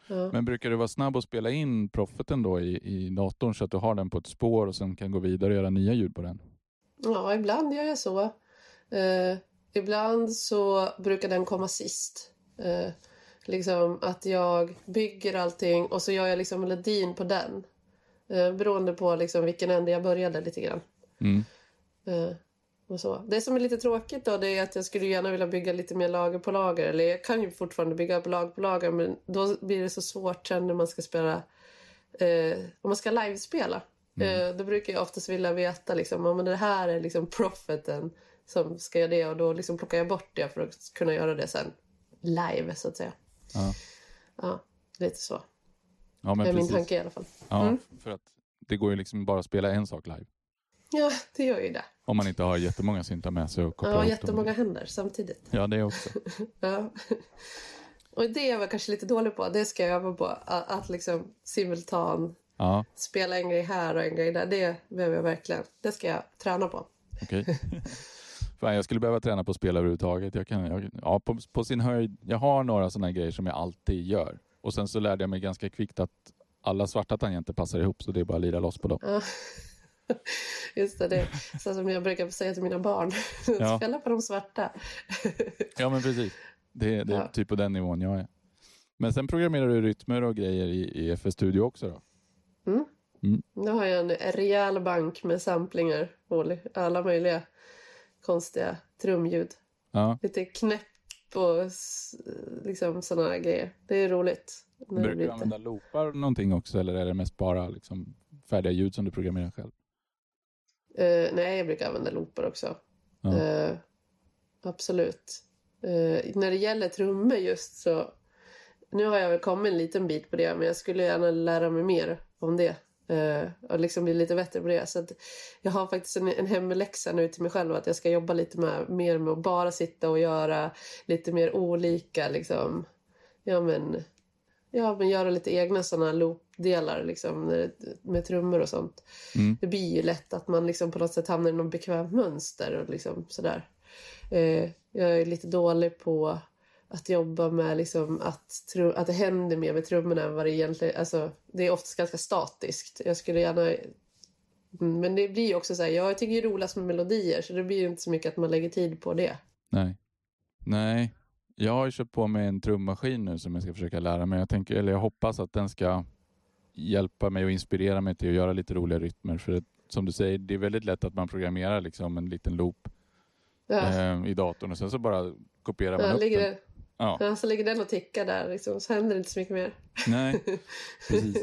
Ja. Men brukar du vara snabb att spela in proffeten då i, i datorn så att du har den på ett spår och sen kan gå vidare och göra nya ljud på den? Ja, ibland gör jag så. Eh, ibland så brukar den komma sist. Eh, liksom att jag bygger allting och så gör jag liksom melodin på den. Eh, beroende på liksom vilken ände jag började lite grann. Mm. Eh, och så. Det som är lite tråkigt då, det är att jag skulle gärna vilja bygga lite mer lager på lager. Eller jag kan ju fortfarande bygga på lager på lager, men då blir det så svårt sen när man ska spela. Eh, om man ska livespela. Mm. Eh, då brukar jag oftast vilja veta liksom, om det här är liksom profeten som ska göra det, och då liksom plockar jag bort det för att kunna göra det sen live så att säga. Ja, ja lite så. Ja, men det är precis. min tanke i alla fall. Ja, mm. för att det går ju liksom bara att spela en sak live. Ja, det gör ju det. Om man inte har jättemånga syntar med sig och kopplar Ja, ihop jättemånga dem. händer samtidigt. Ja, det också. Ja. Och det är jag kanske lite dålig på. Det ska jag öva på. Att, att liksom simultan Ja. spela en grej här och en grej där. Det behöver jag verkligen. Det ska jag träna på. Okej. Fan, jag skulle behöva träna på spel överhuvudtaget. Jag kan, jag, ja, på, på sin höjd. Jag har några sådana grejer som jag alltid gör. Och sen så lärde jag mig ganska kvickt att alla svarta tangenter passar ihop, så det är bara att lira loss på dem. Ja. Just det, det är så som jag brukar säga till mina barn. Ja. Spela på de svarta. Ja, men precis. Det, det är Ja. typ på den nivån jag är. Men sen programmerar du rytmer och grejer i, i F S Studio också då? Mm. Mm. Nu har jag en rejäl bank med samplingar. Alla möjliga konstiga trumljud. Ja. Lite knäpp och s- liksom sådana här grejer. Det är roligt. när det Brukar blir du lite- använda loopar någonting också, eller är det mest bara liksom färdiga ljud som du programmerar själv? Eh, nej, jag brukar använda loopar också. Ja. Eh, absolut. Eh, när det gäller trummor just så... Nu har jag väl kommit en liten bit på det, men jag skulle gärna lära mig mer om det. Eh, och liksom bli lite bättre på det. Så att jag har faktiskt en, en hemläxa nu till mig själv att jag ska jobba lite med, mer med att bara sitta och göra lite mer olika liksom. Ja men, ja, men göra lite egna sådana loopdelar liksom, med, med trummor och sånt. Mm. Det blir ju lätt att man liksom på något sätt hamnar i någon bekväm mönster och liksom sådär. Eh, jag är lite dålig på att jobba med liksom att, tru- att det händer mer med trummorna än vad det egentligen... Alltså, det är oftast ganska statiskt. Jag skulle gärna... Mm, men det blir ju också så här, jag tycker det är roligast med melodier, så det blir ju inte så mycket att man lägger tid på det. Nej. Nej. Jag har ju köpt på mig en trummaskin nu som jag ska försöka lära mig. Jag tänker, eller jag hoppas att den ska hjälpa mig och inspirera mig till att göra lite roliga rytmer. För det, som du säger, det är väldigt lätt att man programmerar liksom en liten loop Ja, eh, i datorn och sen så bara kopierar man ja, upp ligger den. det, Ja. ja, så ligger den och tickar där liksom, så händer det inte så mycket mer. Nej, precis.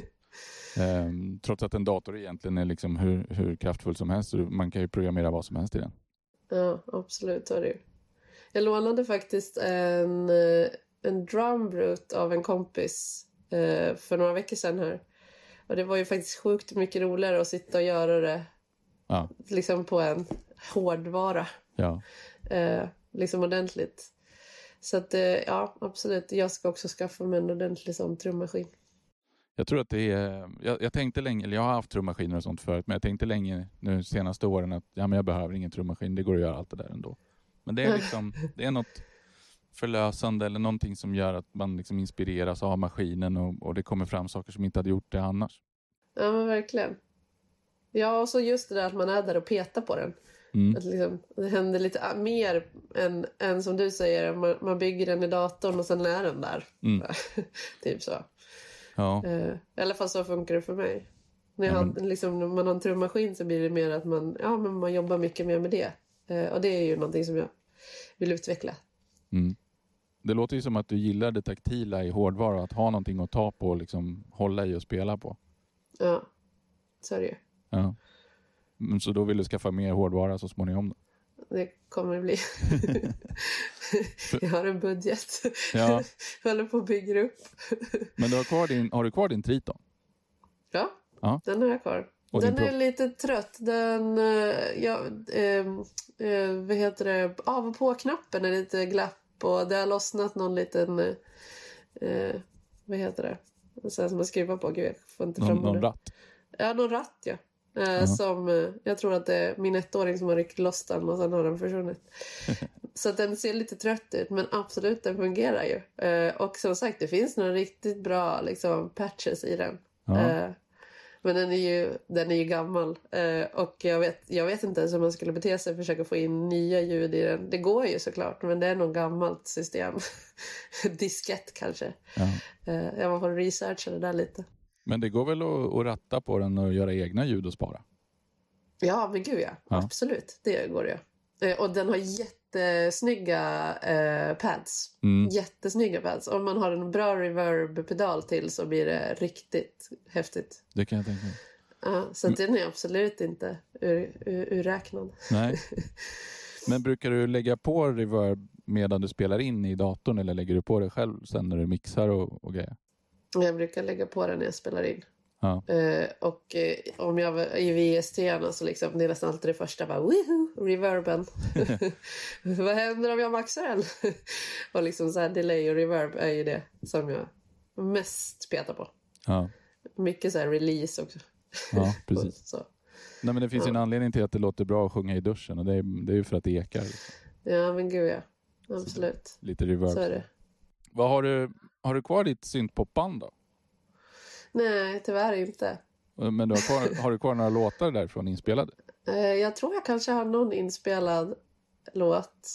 Ehm, trots att en dator egentligen är liksom hur, hur kraftfull som helst. Så man kan ju programmera vad som helst i den. Ja, absolut, har det ju. Jag lånade faktiskt en, eh, en drumbrute av en kompis eh, för några veckor sedan här. Och det var ju faktiskt sjukt mycket roligare att sitta och göra det Ja, liksom på en hårdvara. ja. Eh, liksom ordentligt. Så att, eh, ja, absolut. Jag ska också skaffa mig en ordentlig sån trummaskin. Jag tror att det är... Jag, jag tänkte länge, eller jag har haft trummaskiner och sånt förut, men jag tänkte länge nu senaste åren att ja, men jag behöver ingen trummaskin, det går att göra allt det där ändå. Men det är liksom, det är något förlösande eller någonting som gör att man liksom inspireras av maskinen och, och det kommer fram saker som inte hade gjort det annars. Ja, men verkligen. Ja, och så just det där att man är där och petar på den. Mm. Att liksom, det händer lite mer än, än som du säger. Man, man bygger den i datorn och sen är den där. Mm. Typ så. Ja. Eh, I alla fall så funkar det för mig. När, jag Ja, har, liksom, när man har en trummaskin så blir det mer att man, ja, men man jobbar mycket mer med det. Eh, och det är ju någonting som jag vill utveckla. Mm. Det låter ju som att du gillar det taktila i hårdvara, att ha någonting att ta på och liksom hålla i och spela på. Ja, så är det ju. Ja. Men så då vill du skaffa mer hårdvara så småningom då? Det kommer det bli. Jag har en budget. Ja. Jag håller på att bygga upp. Men du har, kvar din, har du kvar din Triton? Ja, Ja. den har jag kvar. Och Den din är Pro? lite trött. Den, eh, ja, eh, eh, vad heter det? Av och på-knappen är lite glapp. Och det har lossnat någon liten, eh, vad heter det? Så här som man skruvar på. Gud, jag får inte fram Någon, någon det. ratt? Ja, någon ratt, ja. Eh, Ja. Som, eh, jag tror att det är min ettåring som har ryckt loss den och sen har den försvunnit. så att den ser lite trött ut, men absolut, den fungerar ju. Uh, och som sagt, det finns några riktigt bra liksom, patches i den. Ja. Uh, men den är ju, den är ju gammal. Uh, och jag vet, jag vet inte ens om man skulle bete sig och försöka få in nya ljud i den. Det går ju såklart, men det är något gammalt system. Diskett kanske. Ja. Uh, jag får researcha det där lite. Men det går väl att, att ratta på den och göra egna ljud och spara? Ja, men gud ja. ja. Absolut, det går det. Eh, och den har jättesnygga eh, pads. Mm. Jättesnygga pads. Om man har en bra reverb-pedal till så blir det riktigt häftigt. Det kan jag tänka mig. Ja, så men... den är absolut inte ur, ur, urräknad. Nej. Men brukar du lägga på reverb medan du spelar in i datorn eller lägger du på det själv sen när du mixar och, och grejer? Jag brukar lägga på den när jag spelar in. Ja. Uh, och uh, om jag var i V S T så liksom, det är nästan alltid det första bara, woohoo, reverben. Vad händer om jag maxar den? Och liksom så här delay och reverb är ju det som jag mest petar på. Ja. Mycket så här release också. Ja, precis. så. Nej, men det finns ja. en anledning till att det låter bra att sjunga i duschen och det är, det är ju för att det ekar. Liksom. Ja, men gud ja. Absolut. Så, lite reverb. Så är det. Vad har du, har du kvar ditt syntpopband då? Nej, tyvärr inte. Men du har, kvar, har du kvar några låtar därifrån inspelade? Jag tror jag kanske har någon inspelad låt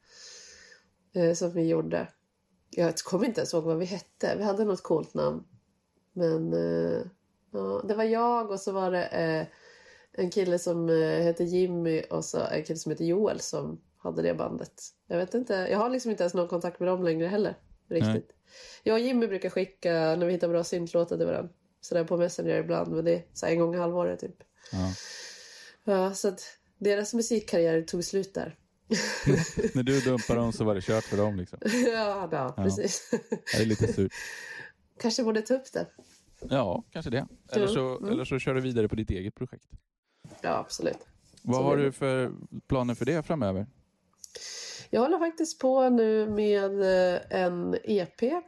som vi gjorde. Jag kommer inte ens ihåg vad vi hette. Vi hade något coolt namn. Men ja, det var jag och så var det en kille som hette Jimmy och så en kille som heter Joel som hade det bandet. Jag vet inte. Jag har liksom inte ens någon kontakt med dem längre heller. Riktigt. Nej. Jag och Jimmy brukar skicka när vi hittar bra syntlåtar till varandra. Sådär på Messenger ibland. Men det är så en gång i halvåret typ. Ja. Ja, så att deras musikkarriär tog slut där. När du dumpade dem så var det kört för dem liksom. Ja, ja, precis. Ja, det är lite surt. Kanske borde ta upp det. Ja, kanske det. Eller så, mm. eller så kör du vidare på ditt eget projekt. Ja, absolut. Vad så har du för planer för det framöver? Jag håller faktiskt på nu med en E P.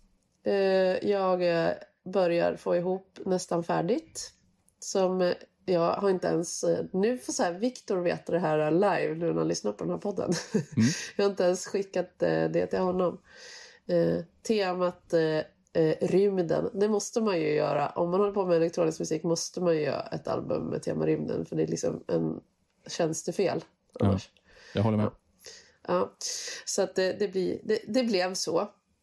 Jag börjar få ihop nästan färdigt. Som jag har inte ens... Nu får så här Victor veta det här live nu när han lyssnar på den här podden. Mm. Jag har inte ens skickat det till honom. Temat rymden. Det måste man ju göra. Om man håller på med elektronisk musik måste man ju göra ett album med tema rymden. För det är liksom en tjänstefel. Ja, jag håller med. Ja. Ja, så att det, det, blir, det, det blev så.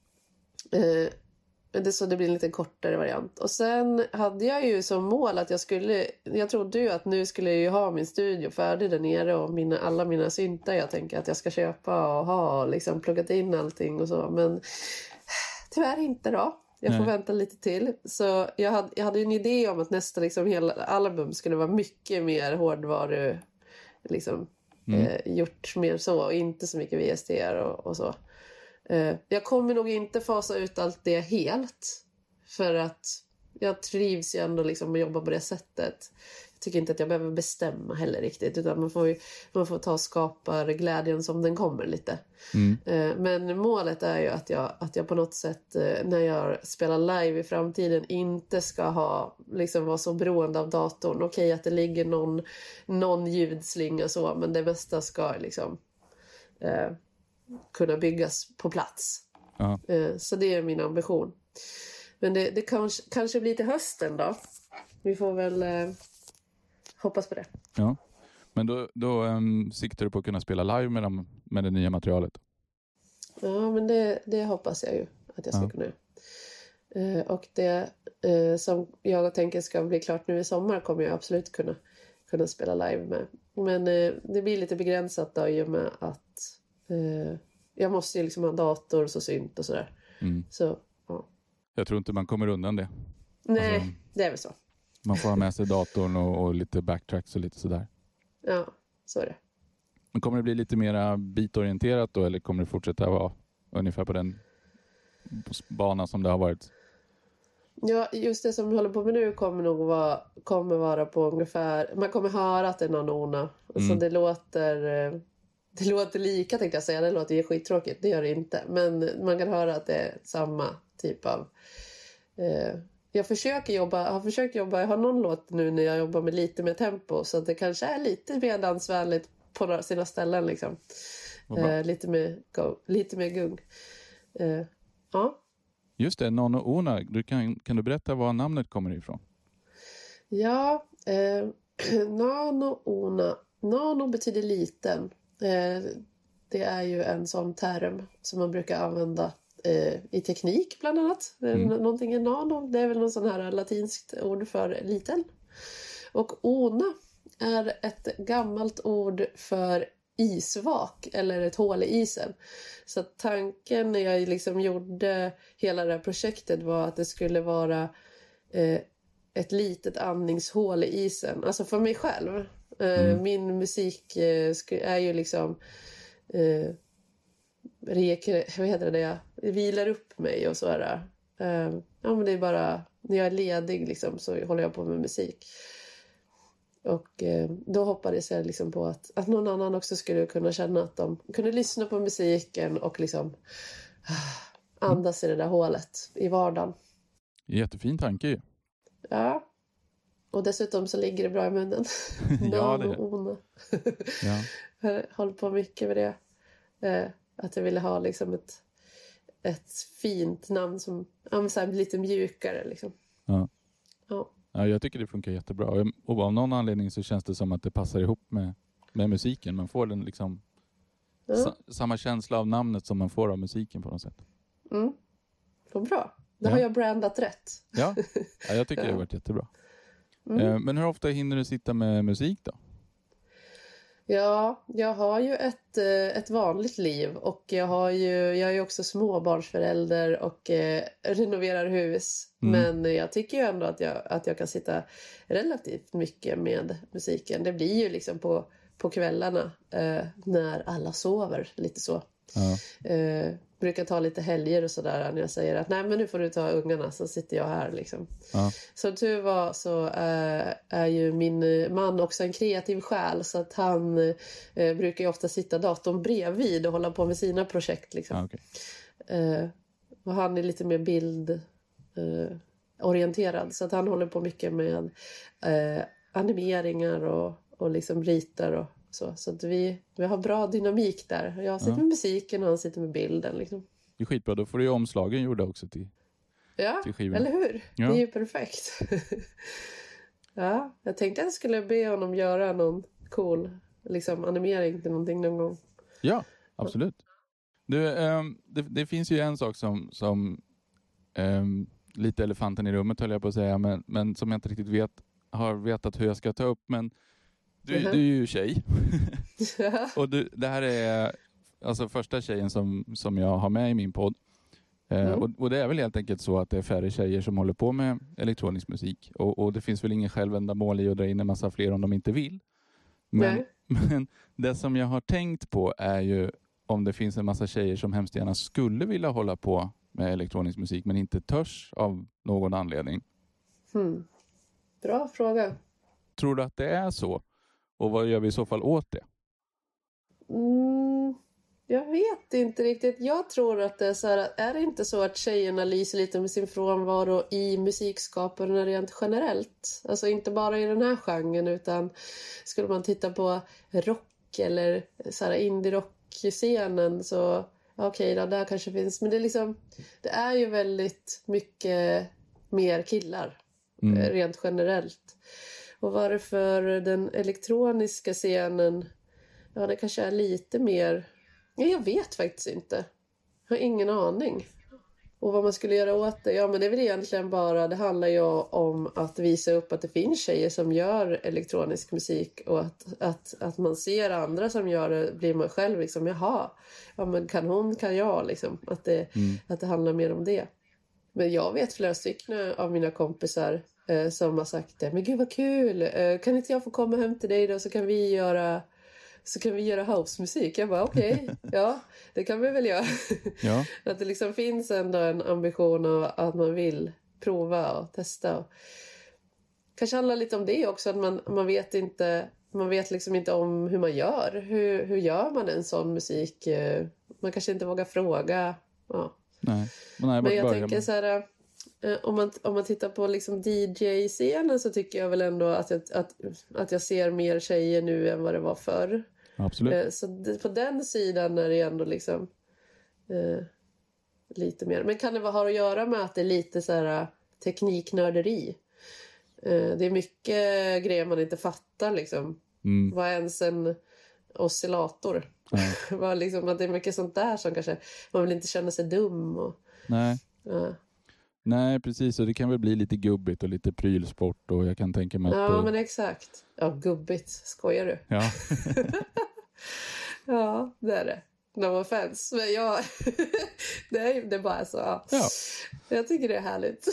Eh, det, så det blir en lite kortare variant. Och sen hade jag ju som mål att jag skulle... Jag trodde ju att nu skulle jag ju ha min studio färdig där nere. Och mina, alla mina syntar jag tänker att jag ska köpa och ha. Och liksom pluggat in allting och så. Men tyvärr inte då. Jag får Nej. vänta lite till. Så jag hade, jag hade en idé om att nästa liksom, hela album skulle vara mycket mer hårdvaru... Liksom, Mm. Eh, gjort mer så och inte så mycket V S T R och, och så. Eh, jag kommer nog inte fasa ut allt det helt för att jag trivs ju ändå liksom att jobba på det sättet. Jag tycker inte att jag behöver bestämma heller riktigt utan man får, ju, man får ta och skapa glädjen som den kommer lite. Mm. Eh, men målet är ju att jag, att jag på något sätt eh, när jag spelar live i framtiden inte ska ha liksom vara så beroende av datorn. Okej att det ligger någon, någon ljudslinga och så men det mesta ska liksom eh, kunna byggas på plats. Ja. Eh, så det är min ambition. Men det, det kanske, kanske blir till hösten då. Vi får väl eh, hoppas på det. Ja, men då, då um, siktar du på att kunna spela live med, dem, med det nya materialet? Ja, men det, det hoppas jag ju att jag ska ja. kunna göra. Eh, och det eh, som jag tänker ska bli klart nu i sommar kommer jag absolut kunna, kunna spela live med. Men eh, det blir lite begränsat då i och med att eh, jag måste ju liksom ha dator och så synt och sådär. Mm. Så, ja. Jag tror inte man kommer undan det. Nej, alltså, det är väl så. Man får ha med sig datorn och, och lite backtracks och lite sådär. Ja, så är det. Men kommer det bli lite mer beatorienterat då eller kommer det fortsätta vara ungefär på den banan som det har varit? Ja, just det som vi håller på med nu kommer nog vara, kommer vara på ungefär... Man kommer höra att det är någon ona. Mm. Så det låter... Det låter lika tänkte jag säga. Det låter ju skittråkigt. Det gör det inte. Men man kan höra att det är samma typ av... Eh, jag försöker jobba... har försökt jobba... Jag har någon låt nu när jag jobbar med lite mer tempo. Så att det kanske är lite mer dansvänligt på sina ställen liksom. Eh, lite, mer go, lite mer gung. Eh, ja. Just det, Nano Ona. Du kan, kan du berätta var namnet kommer ifrån? Ja, eh, Nano Ona. Nano betyder liten. Eh, det är ju en sån term som man brukar använda eh, i teknik bland annat. Mm. Någonting är nano. Det är väl någon sån här latinskt ord för liten. Och ona är ett gammalt ord för isvak eller ett hål i isen. Så tanken när jag liksom gjorde hela det här projektet var att det skulle vara eh, ett litet andningshål i isen. Alltså för mig själv. Eh, mm. Min musik eh, är ju liksom eh, rek, vad heter det? Jag vilar upp mig och så är det. Eh, ja men det är bara när jag är ledig liksom så håller jag på med musik. Och eh, då hoppades jag liksom på att, att någon annan också skulle kunna känna att de kunde lyssna på musiken och liksom ah, andas mm. i det där hålet i vardagen. Jättefin tanke ju. Ja. Och dessutom så ligger det bra i munnen. Ja, det är Ona. Ja. Jag håller på mycket med det. Eh, att jag ville ha liksom ett, ett fint namn som ja, så här, lite mjukare liksom. Ja. Ja. Ja, jag tycker det funkar jättebra. Och av någon anledning så känns det som att det passar ihop med, med musiken. Man får den liksom ja. sa, samma känsla av namnet som man får av musiken på något sätt. Mm. Vad bra. Då ja. har jag brandat rätt. Ja, ja jag tycker ja. det har varit jättebra. Mm. Eh, men hur ofta hinner du sitta med musik då? Ja, jag har ju ett, ett vanligt liv och jag, har ju, jag är ju också småbarnsförälder och eh, renoverar hus. Mm. Men jag tycker ju ändå att jag, att jag kan sitta relativt mycket med musiken. Det blir ju liksom på, på kvällarna eh, när alla sover, lite så. Ja. Eh, brukar ta lite helger och sådär när jag säger att nej men nu får du ta ungarna så sitter jag här liksom. Ja. Så tur var så äh, är ju min man också en kreativ själ så att han äh, brukar ju ofta sitta datorn bredvid och hålla på med sina projekt liksom. Ja, okay. äh, och han är lite mer bild äh, orienterad så att han håller på mycket med äh, animeringar och, och liksom ritar och så, så att vi, vi har bra dynamik där. Jag sitter ja. med musiken och han sitter med bilden liksom. Det är skitbra, då får du ju omslagen gjorda också till, ja, till skivan. Eller hur? Ja. Det är ju perfekt. Ja, jag tänkte att jag skulle be honom göra någon cool liksom, animering till någonting någon gång. Ja, absolut. Du, ähm, det, det finns ju en sak som, som ähm, lite elefanten i rummet höll jag på att säga, men, men som jag inte riktigt vet, har vetat hur jag ska ta upp, men du, uh-huh. du är ju tjej. Och du, det här är alltså första tjejen som, som jag har med i min podd. Mm. Eh, och, och det är väl helt enkelt så att det är färre tjejer som håller på med elektronisk musik. Och, och det finns väl ingen självändamål i att dra in en massa fler om de inte vill. Men, men det som jag har tänkt på är ju om det finns en massa tjejer som hemskt gärna skulle vilja hålla på med elektronisk musik men inte törs av någon anledning. Mm. Bra fråga. Tror du att det är så? Och vad gör vi i så fall åt det? Mm, jag vet inte riktigt. Jag tror att det är så här, är det inte så att tjejerna lyser lite med sin frånvaro i musikskaparna rent generellt? Alltså inte bara i den här genren utan skulle man titta på rock eller så här indie-rock-scenen så okej, okay, där kanske finns. Men det är liksom, det är ju väldigt mycket mer killar mm. rent generellt. Och varför den elektroniska scenen, ja det kanske är lite mer, ja, jag vet faktiskt inte. Jag har ingen aning. Och vad man skulle göra åt det, ja men det är väl egentligen bara, det handlar ju om att visa upp att det finns tjejer som gör elektronisk musik. Och att, att, att man ser andra som gör det, blir man själv liksom, jaha, ja men kan hon, kan jag liksom. Att det, mm. att det handlar mer om det. Men jag vet flera stycken av mina kompisar eh, som har sagt det. Men gud vad kul, eh, kan inte jag få komma hem till dig då så kan vi göra, så kan vi göra housemusik. Jag bara okej, okay, ja det kan vi väl göra. Ja. Att det liksom finns ändå en ambition och att man vill prova och testa. Och kanske handlar lite om det också, att man, man vet inte, man vet liksom inte om hur man gör. Hur, hur gör man en sån musik? Man kanske inte vågar fråga. Ja. Nej. Nej, men jag tänker man... så här, om man, om man tittar på liksom D J-scenen så tycker jag väl ändå att jag, att, att jag ser mer tjejer nu än vad det var förr. Absolut. Eh, så det, på den sidan är det ändå liksom eh, lite mer. Men kan det ha att göra med att det är lite så här tekniknörderi? Eh, det är mycket grejer man inte fattar liksom. Mm. Vad är ens en oscillator? Ja. Vad liksom, att det är mycket sånt där som kanske man vill inte känna sig dum. Och, Nej. ja. Nej, precis. Och det kan väl bli lite gubbigt och lite prylsport. Och jag kan tänka mig att... Ja, men exakt. Ja, gubbigt. Skojar du? Ja. Ja, det är det. No offense. Men jag... det, är, det är bara så. Ja. Ja. Jag tycker det är härligt.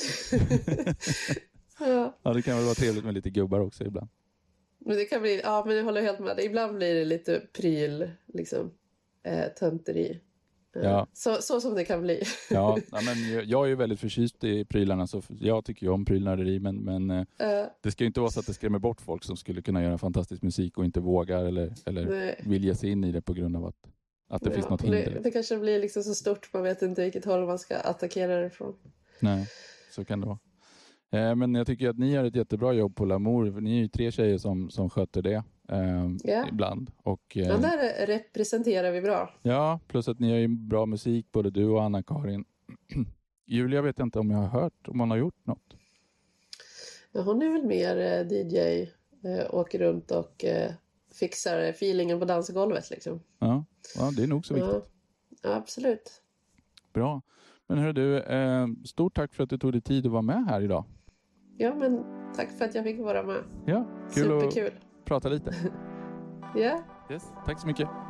Ja. Ja, det kan väl vara trevligt med lite gubbar också ibland. Men det kan bli... Ja, men jag håller helt med dig. Ibland blir det lite pryl, liksom. Eh, tönteri. Eh, Ja. Så, så som det kan bli. Ja, ja, men jag, jag är ju väldigt förtjust i prylarna. Så jag tycker ju om prylnörderi. Men, men eh, Uh, det ska ju inte vara så att det skrämmer bort folk som skulle kunna göra fantastisk musik och inte vågar eller, eller nej. vill ge sig in i det på grund av att, att det Ja, finns något hinder. det, det kanske blir liksom så stort. Man vet inte vilket håll man ska attackera det ifrån. Nej, så kan det vara. Eh, men jag tycker att ni gör ett jättebra jobb på Lamour. För ni är ju tre tjejer som, som sköter det eh, Ja. ibland. Och, eh, Ja, där representerar vi bra. ja, plus att ni har ju bra musik, både du och Anna-Karin. Julia vet jag inte om jag har hört om hon har gjort något. Ja, hon är väl mer eh, D J. Eh, åker runt och eh, fixar feelingen på dansgolvet liksom. Ja, ja, det är nog så viktigt. Ja, ja, absolut. Bra. Men hör du, eh, stort tack för att du tog dig tid att vara med här idag. Ja, men tack för att jag fick vara med. Ja, kul Superkul. att prata lite. Ja. Yes, tack så mycket.